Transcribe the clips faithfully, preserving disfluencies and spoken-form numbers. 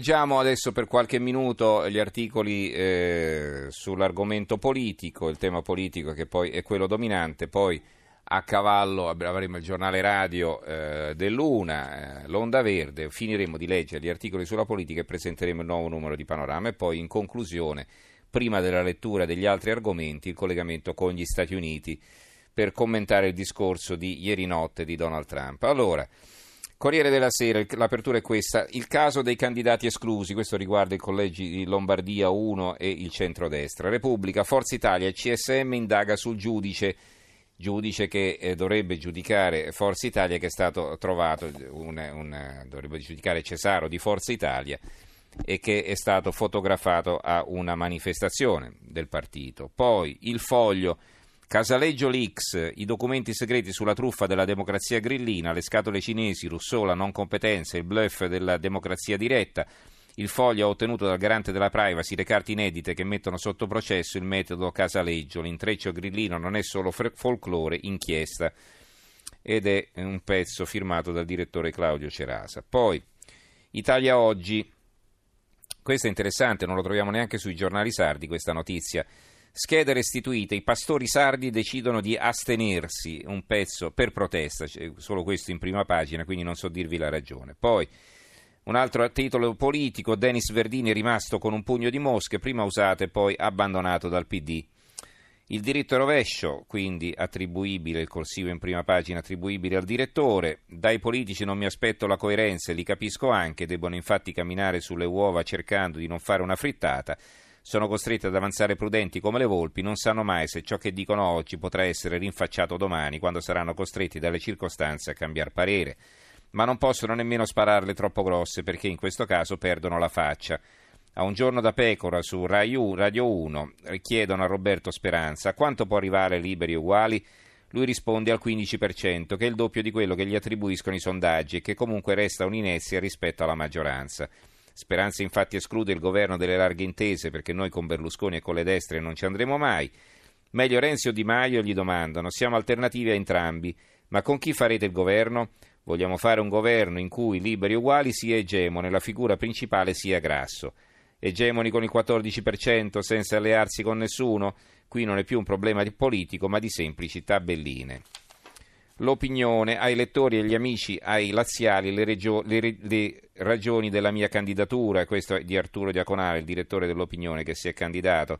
leggiamo adesso per qualche minuto gli articoli eh, sull'argomento politico, il tema politico che poi è quello dominante, poi a cavallo avremo il giornale radio eh, dell'una, eh, l'Onda Verde, finiremo di leggere gli articoli sulla politica e presenteremo il nuovo numero di Panorama e poi in conclusione, prima della lettura degli altri argomenti, il collegamento con gli Stati Uniti per commentare il discorso di ieri notte di Donald Trump. Allora, Corriere della Sera, l'apertura è questa, il caso dei candidati esclusi, questo riguarda i collegi di Lombardia uno e il centrodestra. Repubblica, Forza Italia, il C S M indaga sul giudice, giudice che eh, dovrebbe giudicare Forza Italia, che è stato trovato, un, un, dovrebbe giudicare Cesaro di Forza Italia e che è stato fotografato a una manifestazione del partito. Poi il Foglio, Casaleggio Leaks, i documenti segreti sulla truffa della democrazia grillina, le scatole cinesi, Rousseau, la non competenza, il bluff della democrazia diretta. Il Foglio ha ottenuto dal garante della privacy le carte inedite che mettono sotto processo il metodo Casaleggio. L'intreccio grillino non è solo folklore, inchiesta. Ed è un pezzo firmato dal direttore Claudio Cerasa. Poi Italia Oggi, questo è interessante, non lo troviamo neanche sui giornali sardi questa notizia. Schede restituite, i pastori sardi decidono di astenersi, un pezzo per protesta, c'è solo questo in prima pagina, quindi non so dirvi la ragione. Poi un altro titolo politico, Denis Verdini è rimasto con un pugno di mosche, prima usate poi abbandonato dal P D. Il diritto rovescio, quindi attribuibile, il corsivo in prima pagina attribuibile al direttore. Dai politici non mi aspetto la coerenza e li capisco anche, debbono infatti camminare sulle uova cercando di non fare una frittata. Sono costretti ad avanzare prudenti come le volpi, non sanno mai se ciò che dicono oggi potrà essere rinfacciato domani, quando saranno costretti dalle circostanze a cambiar parere. Ma non possono nemmeno spararle troppo grosse, perché in questo caso perdono la faccia. A un giorno da pecora su Rai U, Radio uno chiedono a Roberto Speranza quanto può arrivare Liberi e Uguali. Lui risponde al quindici per cento, che è il doppio di quello che gli attribuiscono i sondaggi e che comunque resta un'inezia rispetto alla maggioranza. Speranza infatti esclude il governo delle larghe intese perché noi con Berlusconi e con le destre non ci andremo mai. Meglio Renzi o Di Maio, gli domandano. Siamo alternativi a entrambi. Ma con chi farete il governo? Vogliamo fare un governo in cui Liberi e Uguali sia egemone, la figura principale sia Grasso. Egemoni con il quattordici per cento senza allearsi con nessuno? Qui non è più un problema di politico ma di semplici tabelline. L'Opinione, ai lettori e agli amici, ai laziali, le, regio- le, le ragioni della mia candidatura, questo è di Arturo Diaconale, il direttore dell'Opinione che si è candidato.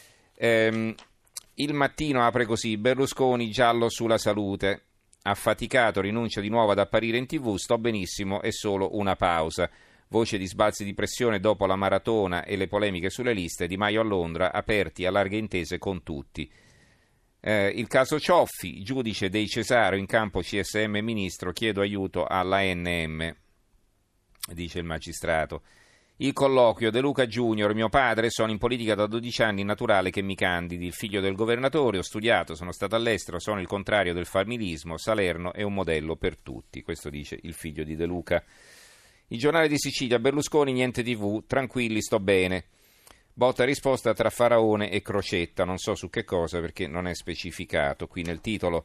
Ehm, il Mattino apre così, Berlusconi giallo sulla salute, affaticato, rinuncia di nuovo ad apparire in tv, sto benissimo, è solo una pausa. Voce di sbalzi di pressione dopo la maratona e le polemiche sulle liste, Di Maio a Londra, aperti a larghe intese con tutti. Eh, il caso Cioffi, giudice dei Cesaro in campo C S M ministro, chiedo aiuto alla N M, dice il magistrato. Il colloquio, De Luca Junior, mio padre, sono in politica da dodici anni, naturale che mi candidi, il figlio del governatore, ho studiato, sono stato all'estero, sono il contrario del familismo, Salerno è un modello per tutti, questo dice il figlio di De Luca. Il giornale di Sicilia, Berlusconi niente tivù, tranquilli sto bene. Botta e risposta tra Faraone e Crocetta, non so su che cosa perché non è specificato qui nel titolo.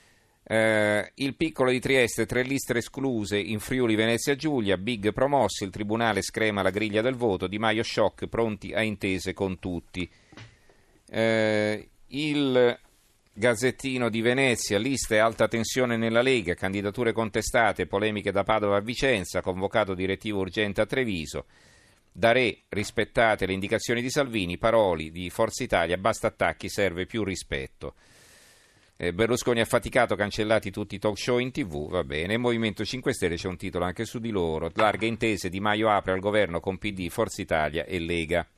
Eh, il piccolo di Trieste, tre liste escluse in Friuli Venezia Giulia, big promossi, il tribunale screma la griglia del voto, Di Maio shock, pronti a intese con tutti. Eh, il Gazzettino di Venezia, liste alta tensione nella Lega, candidature contestate, polemiche da Padova a Vicenza, convocato direttivo urgente a Treviso. Da re, rispettate le indicazioni di Salvini, paroli di Forza Italia, basta attacchi, serve più rispetto. Eh, Berlusconi affaticato, cancellati tutti i talk show in tv, va bene. Il Movimento cinque Stelle c'è un titolo anche su di loro, larghe intese, Di Maio apre al governo con P D, Forza Italia e Lega.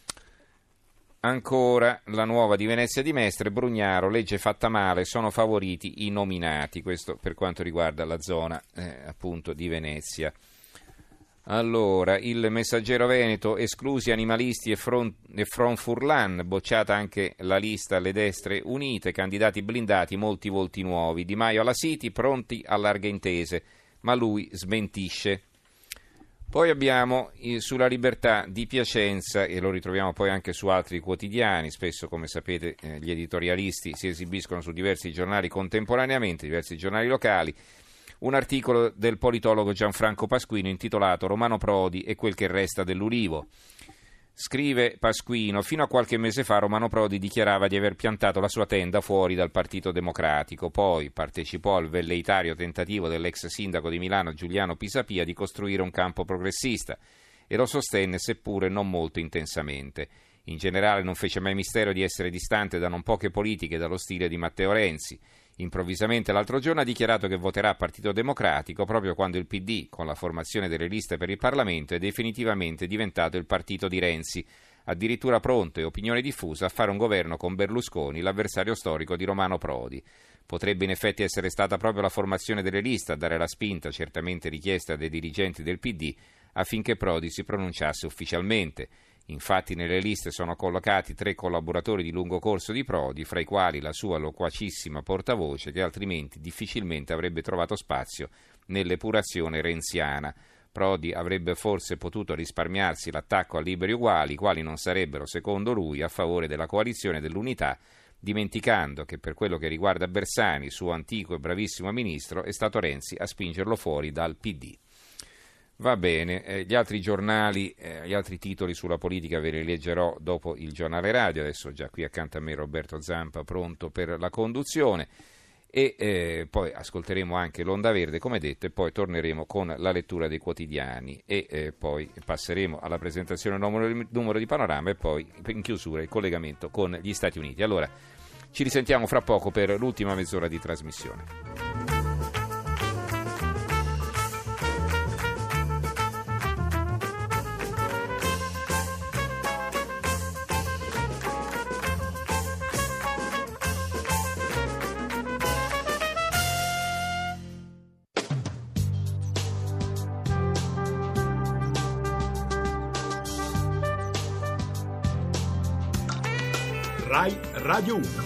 Ancora la Nuova di Venezia di Mestre, Brugnaro, legge fatta male, sono favoriti i nominati, questo per quanto riguarda la zona eh, appunto di Venezia. Allora, il Messaggero Veneto, esclusi animalisti e Front, e Front Furlan, bocciata anche la lista alle destre unite, candidati blindati, molti volti nuovi. Di Maio alla City, pronti a larghe intese, ma lui smentisce. Poi abbiamo eh, sulla Libertà di Piacenza, e lo ritroviamo poi anche su altri quotidiani, spesso come sapete eh, gli editorialisti si esibiscono su diversi giornali contemporaneamente, diversi giornali locali. un articolo del politologo Gianfranco Pasquino intitolato Romano Prodi e quel che resta dell'Ulivo. Scrive Pasquino, fino a qualche mese fa Romano Prodi dichiarava di aver piantato la sua tenda fuori dal Partito Democratico, poi partecipò al velleitario tentativo dell'ex sindaco di Milano Giuliano Pisapia di costruire un campo progressista e lo sostenne seppure non molto intensamente. In generale non fece mai mistero di essere distante da non poche politiche dallo stile di Matteo Renzi. Improvvisamente l'altro giorno ha dichiarato che voterà Partito Democratico proprio quando il P D, con la formazione delle liste per il Parlamento, è definitivamente diventato il partito di Renzi, addirittura pronto e opinione diffusa a fare un governo con Berlusconi, l'avversario storico di Romano Prodi. Potrebbe in effetti essere stata proprio la formazione delle liste a dare la spinta, certamente richiesta dai dirigenti del P D, affinché Prodi si pronunciasse ufficialmente. Infatti nelle liste sono collocati tre collaboratori di lungo corso di Prodi, fra i quali la sua loquacissima portavoce, che altrimenti difficilmente avrebbe trovato spazio nell'epurazione renziana. Prodi avrebbe forse potuto risparmiarsi l'attacco a Liberi Uguali, i quali non sarebbero, secondo lui, a favore della coalizione dell'unità, dimenticando che per quello che riguarda Bersani, suo antico e bravissimo ministro, è stato Renzi a spingerlo fuori dal P D. Va bene, eh, gli altri giornali, eh, gli altri titoli sulla politica ve li leggerò dopo il giornale radio. Adesso già qui accanto a me Roberto Zampa pronto per la conduzione e eh, poi ascolteremo anche l'Onda Verde come detto e poi torneremo con la lettura dei quotidiani e eh, poi passeremo alla presentazione numero, numero di Panorama e poi in chiusura il collegamento con gli Stati Uniti. Allora ci risentiamo fra poco per l'ultima mezz'ora di trasmissione. Rai Radio uno.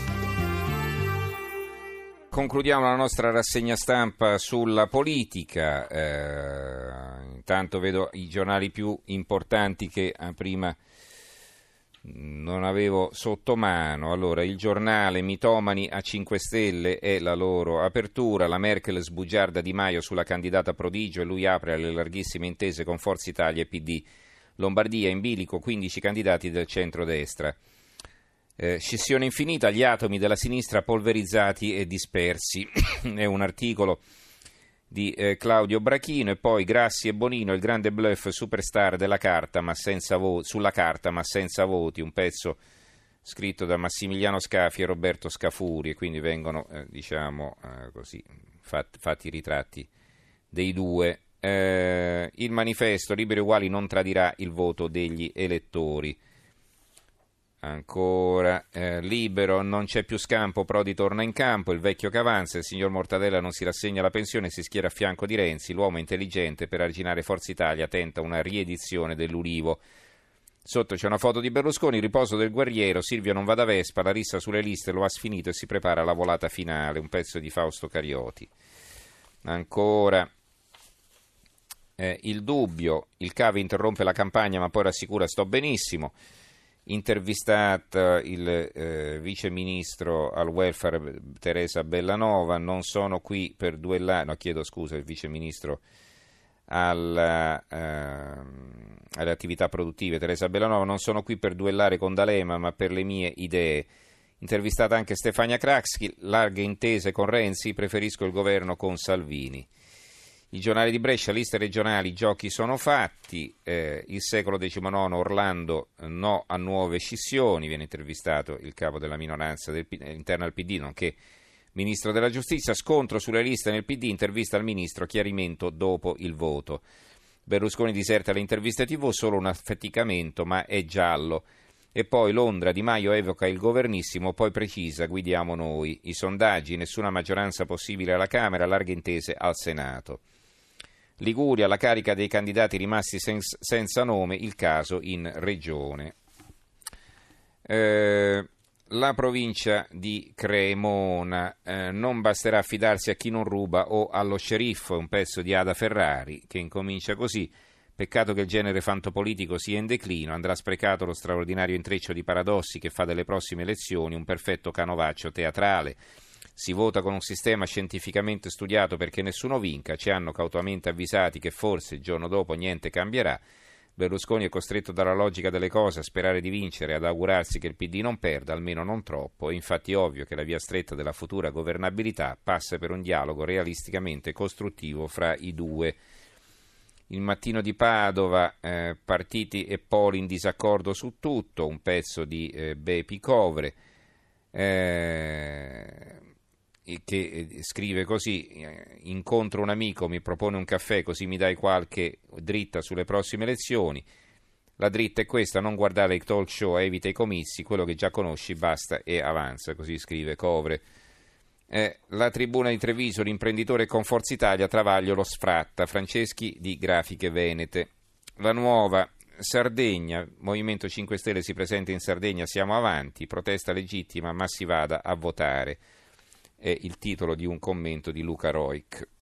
Concludiamo la nostra rassegna stampa sulla politica. Eh, intanto vedo i giornali più importanti che eh, prima non avevo sotto mano. Allora, il giornale Mitomani a cinque Stelle è la loro apertura. La Merkel sbugiarda Di Maio sulla candidata prodigio e lui apre alle larghissime intese con Forza Italia e P D. Lombardia in bilico quindici candidati del centrodestra. Eh, scissione infinita, gli atomi della sinistra polverizzati e dispersi. È un articolo di eh, Claudio Brachino. E poi Grassi e Bonino, il grande bluff superstar della carta, ma senza vo- sulla carta ma senza voti, un pezzo scritto da Massimiliano Scafi e Roberto Scafuri, e quindi vengono eh, diciamo eh, così fat- fatti i ritratti dei due. Eh, il manifesto Liberi Uguali non tradirà il voto degli elettori. Ancora eh, Libero, non c'è più scampo, Prodi torna in campo, il vecchio che avanza, il signor Mortadella non si rassegna alla pensione e si schiera a fianco di Renzi, l'uomo intelligente per arginare Forza Italia tenta una riedizione dell'Ulivo. Sotto c'è una foto di Berlusconi, riposo del guerriero, Silvio non va da Vespa, la rissa sulle liste lo ha sfinito e si prepara alla volata finale, un pezzo di Fausto Carioti. Ancora eh, il Dubbio, il Cave interrompe la campagna ma poi rassicura sto benissimo. Intervistata il eh, vice ministro al welfare Teresa Bellanova, non sono qui per duellare, no chiedo scusa, il vice ministro alla, eh, alle attività produttive Teresa Bellanova, non sono qui per duellare con D'Alema ma per le mie idee. Intervistata anche Stefania Craxi, larghe intese con Renzi, preferisco il governo con Salvini. Il giornale di Brescia, liste regionali, giochi sono fatti, eh, il secolo diciannove, Orlando, no a nuove scissioni, viene intervistato il capo della minoranza del, interna al P D, nonché ministro della giustizia, scontro sulle liste nel P D, intervista al ministro, chiarimento dopo il voto. Berlusconi diserta le interviste tivù, solo un affaticamento, ma è giallo. E poi Londra, Di Maio evoca il governissimo, poi precisa, guidiamo noi. I sondaggi, nessuna maggioranza possibile alla Camera, larghe intese al Senato. Liguria, la carica dei candidati rimasti sen- senza nome, il caso in regione. Eh, la provincia di Cremona, eh, non basterà affidarsi a chi non ruba o allo sceriffo, un pezzo di Ada Ferrari che incomincia così. Peccato che il genere fantopolitico sia in declino, andrà sprecato lo straordinario intreccio di paradossi che fa delle prossime elezioni un perfetto canovaccio teatrale. Si vota con un sistema scientificamente studiato perché nessuno vinca, ci hanno cautamente avvisati che forse il giorno dopo niente cambierà. Berlusconi è costretto dalla logica delle cose a sperare di vincere e ad augurarsi che il P D non perda, almeno non troppo. È infatti ovvio che la via stretta della futura governabilità passa per un dialogo realisticamente costruttivo fra i due. Il Mattino di Padova, eh, partiti e poli in disaccordo su tutto, un pezzo di eh, Bepi Covre, eh, che scrive così: incontro un amico, mi propone un caffè così mi dai qualche dritta sulle prossime elezioni. La dritta è questa: non guardare i talk show, evita i comizi, quello che già conosci basta e avanza, così scrive Covre. Eh, la Tribuna di Treviso, l'imprenditore con Forza Italia, Travaglio lo sfratta, Franceschi di Grafiche Venete. La Nuova, Sardegna, Movimento cinque Stelle si presenta in Sardegna, siamo avanti, protesta legittima ma si vada a votare. È il titolo di un commento di Luca Roic.